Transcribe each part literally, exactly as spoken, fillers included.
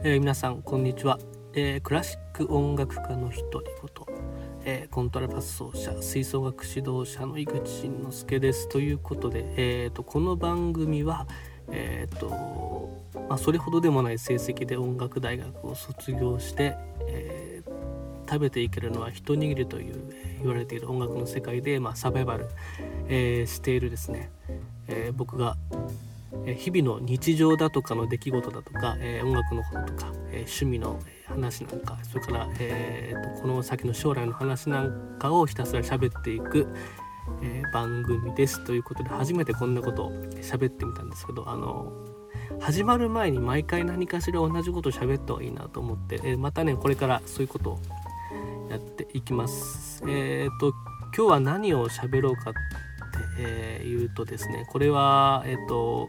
えー、皆さんこんにちは、えー、クラシック音楽家の独り言、えー、コントラバス奏者吹奏楽指導者の井口慎之介ですということで、えー、とこの番組は、えーとまあ、それほどでもない成績で音楽大学を卒業して、えー、食べていけるのは一握りという、えー、言われている音楽の世界で、まあ、サバイバル、えー、しているですね、えー、僕が日々の日常だとかの出来事だとか、えー、音楽のこととか、えー、趣味の話なんか、それから、えー、とこの先の将来の話なんかをひたすら喋っていく、えー、番組ですということで、初めてこんなことを喋ってみたんですけど、あの始まる前に毎回何かしら同じことを喋った方がいいなと思って、えー、またねこれからそういうことをやっていきます。えー、と今日は何を喋ろうかって、えー、言うとですね、これはえっ、ー、と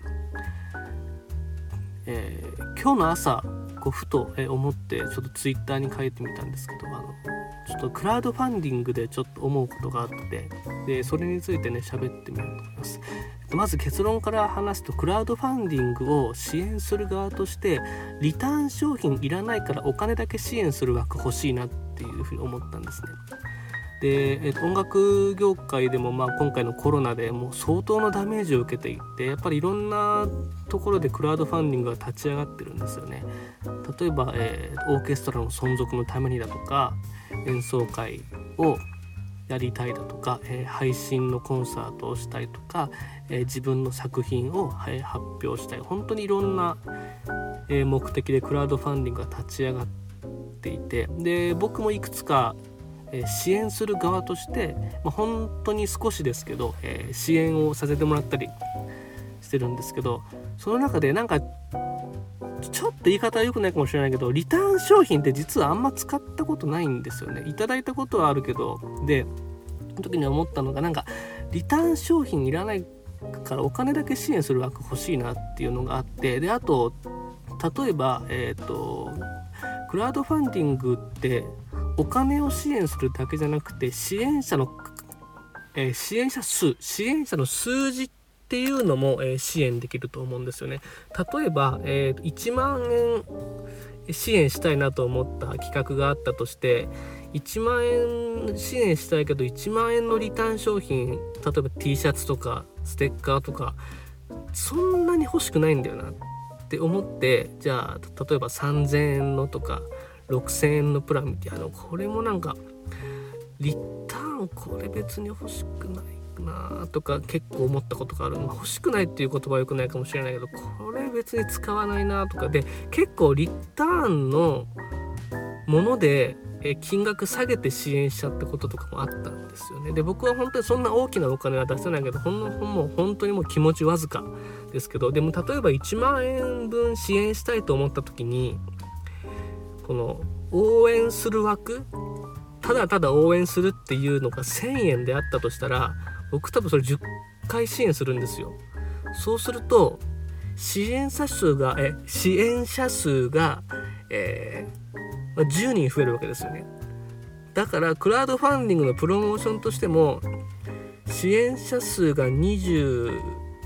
えー、今日の朝こうふと思ってちょっとツイッターに書いてみたんですけど、あのちょっとクラウドファンディングでちょっと思うことがあって、でそれについてね喋ってみようと思います。まず結論から話すと、クラウドファンディングを支援する側としてリターン商品いらないからお金だけ支援する枠欲しいなっていうふうに思ったんですね。で、えー、音楽業界でも、まあ、今回のコロナでもう相当のダメージを受けていて、やっぱりいろんなところでクラウドファンディングが立ち上がってるんですよね。例えば、えー、オーケストラの存続のためにだとか、演奏会をやりたいだとか、えー、配信のコンサートをしたいとか、えー、自分の作品を、えー、発表したい、本当にいろんな、えー、目的でクラウドファンディングが立ち上がっていて、で僕もいくつか支援する側として、まあ、本当に少しですけど、えー、支援をさせてもらったりしてるんですけど、その中でなんかちょっと言い方は良くないかもしれないけど、リターン商品って実はあんま使ったことないんですよね。いただいたことはあるけど、でその時に思ったのが、なんかリターン商品いらないからお金だけ支援する枠欲しいなっていうのがあって、であと例えば、えーと、クラウドファンディングってお金を支援するだけじゃなくて、支援者の、えー、支援者数支援者の数字っていうのも、えー、支援できると思うんですよね。例えば、えー、いちまんえん支援したいなと思った企画があったとして、いちまんえん支援したいけどいちまんえんのリターン商品、例えば T シャツとかステッカーとかそんなに欲しくないんだよなって思って、じゃあ例えばさんぜんえんのとかろくせんえんのプランみたいな、これもなんかリターンこれ別に欲しくないなとか結構思ったことがある。欲しくないっていう言葉は良くないかもしれないけど、これ別に使わないなとかで、結構リターンのもので金額下げて支援しちゃったこととかもあったんですよね。で僕は本当にそんな大きなお金は出せないけど、ほんのもう本当にもう気持ちわずかですけど、でも例えばいちまんえんぶん支援したいと思った時に、この応援する枠、ただただ応援するっていうのがせんえんであったとしたら、僕多分それじゅっかい支援するんですよ。そうすると支援者数がえ支援者数が、えー、じゅうにん増えるわけですよね。だからクラウドファンディングのプロモーションとしても、支援者数がにじゅ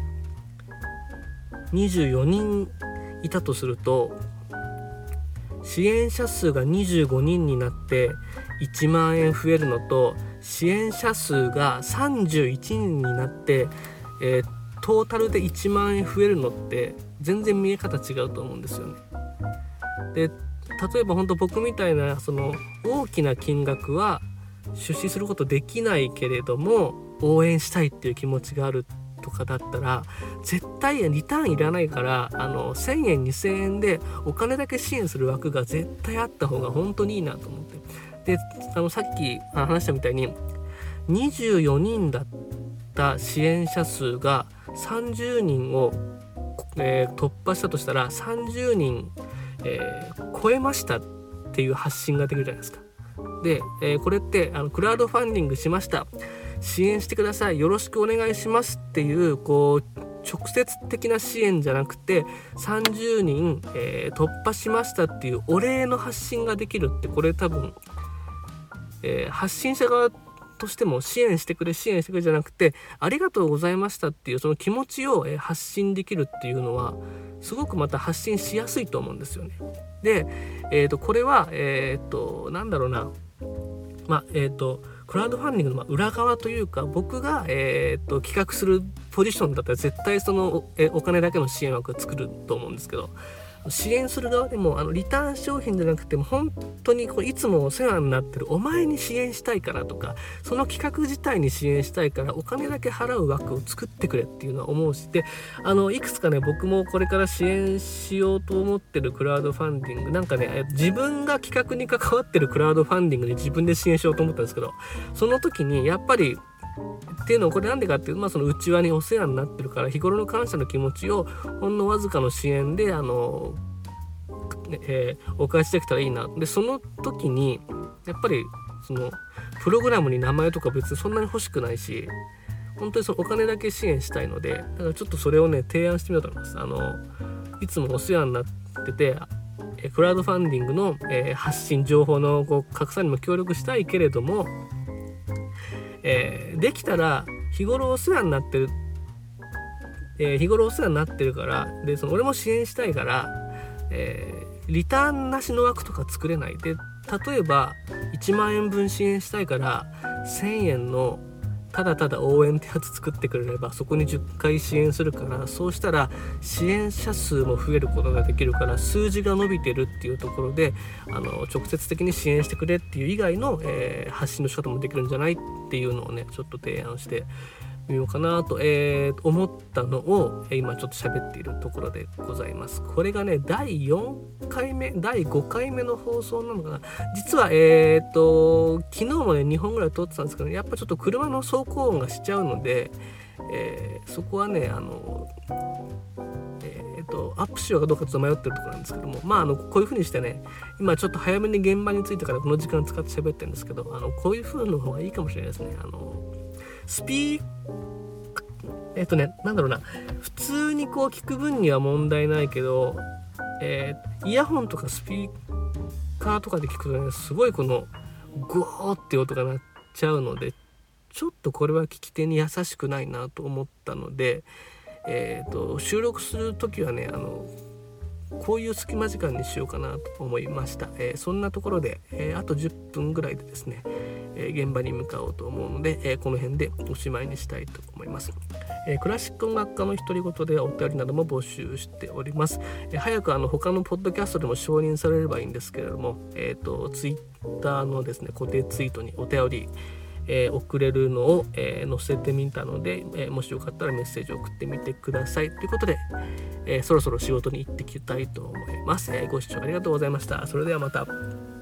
う、にじゅうよにんいたとすると、支援者数がにじゅうごにんになっていちまんえん増えるのと、支援者数がさんじゅういちにんになって、えー、トータルでいちまんえん増えるのって全然見え方違うと思うんですよね。で例えば本当僕みたいなその大きな金額は出資することできないけれども応援したいっていう気持ちがあるとかだったら、絶対リターンいらないから、あのせんえんにせんえんでお金だけ支援する枠が絶対あった方が本当にいいなと思って、であのさっき話したみたいににじゅうよにんだった支援者数がさんじゅうにんを、えー、突破したとしたら、さんじゅうにん、えー、超えましたっていう発信ができるじゃないですか。で、えー、これってあのクラウドファンディングしました、支援してください、よろしくお願いしますっていう、こう直接的な支援じゃなくて、さんじゅうにん、えー、突破しましたっていうお礼の発信ができるって、これ多分、えー、発信者側としても支援してくれ支援してくれじゃなくてありがとうございましたっていうその気持ちを発信できるっていうのはすごくまた発信しやすいと思うんですよね。で、えーと、これはえっとなんだろうなまあえっとクラウドファンディングの裏側というか僕が、えー、と企画するポジションだったら絶対その お, お金だけの支援枠を作ると思うんですけど、支援する側でもあのリターン商品じゃなくても本当にこういつもお世話になってるお前に支援したいからとかその企画自体に支援したいからお金だけ払う枠を作ってくれっていうのは思うし、であのいくつかね僕もこれから支援しようと思ってるクラウドファンディングなんかね自分が企画に関わってるクラウドファンディングで自分で支援しようと思ったんですけど、その時にやっぱりっていうのはこれなんでかっていうと、まあ、その内輪にお世話になってるから日頃の感謝の気持ちをほんのわずかの支援であの、えー、お返しできたらいいな。でその時にやっぱりそのプログラムに名前とか別にそんなに欲しくないし本当にそのお金だけ支援したいのでだからちょっとそれをね提案してみようと思います。あのいつもお世話になっててクラウドファンディングの、えー、発信情報のこう拡散にも協力したいけれどもえー、できたら日頃お世話になってる、えー、日頃お世話になってるからでその俺も支援したいから、えー、リターンなしの枠とか作れないで例えばいちまんえんぶん支援したいからせんえんのただただ応援ってやつ作ってくれればそこにじゅっかい支援するからそうしたら支援者数も増えることができるから数字が伸びてるっていうところであの直接的に支援してくれっていう以外の、えー、発信の仕方もできるんじゃないっていうのをねちょっと提案してみようかなと、えー、思ったのを今ちょっと喋っているところでございます。これがねだいよんかいめだいごかいめの放送なのかな。実はえー、っと昨日もねにほんぐらい撮ってたんですけど、ね、やっぱちょっと車の走行音がしちゃうので、えー、そこはねあのえー、っとアップしようかどうかちょっと迷ってるところなんですけども、まああのこういう風にしてね今ちょっと早めに現場に着いてからこの時間使って喋ってるんですけど、あのこういう風の方がいいかもしれないですね。あのスピーえっとねなんだろうな普通にこう聞く分には問題ないけど、えー、イヤホンとかスピーカーとかで聞くとねすごいこのゴーって音が鳴っちゃうのでちょっとこれは聞き手に優しくないなと思ったので、えー、と収録する時はねあのこういう隙間時間にしようかなと思いました。えー、そんなところで、えー、あとじゅっぷんぐらいでですね、えー、現場に向かおうと思うので、えー、この辺でおしまいにしたいと思います。えー、クラシック音楽家の独り言でお便りなども募集しております。えー、早くあの他のポッドキャストでも承認されればいいんですけれども、えー、とツイッターのですね固定ツイートにお便りえー、送れるのを、えー、載せてみたので、えー、もしよかったらメッセージを送ってみてくださいということで、えー、そろそろ仕事に行ってきたいと思います。えー、ご視聴ありがとうございました。それではまた。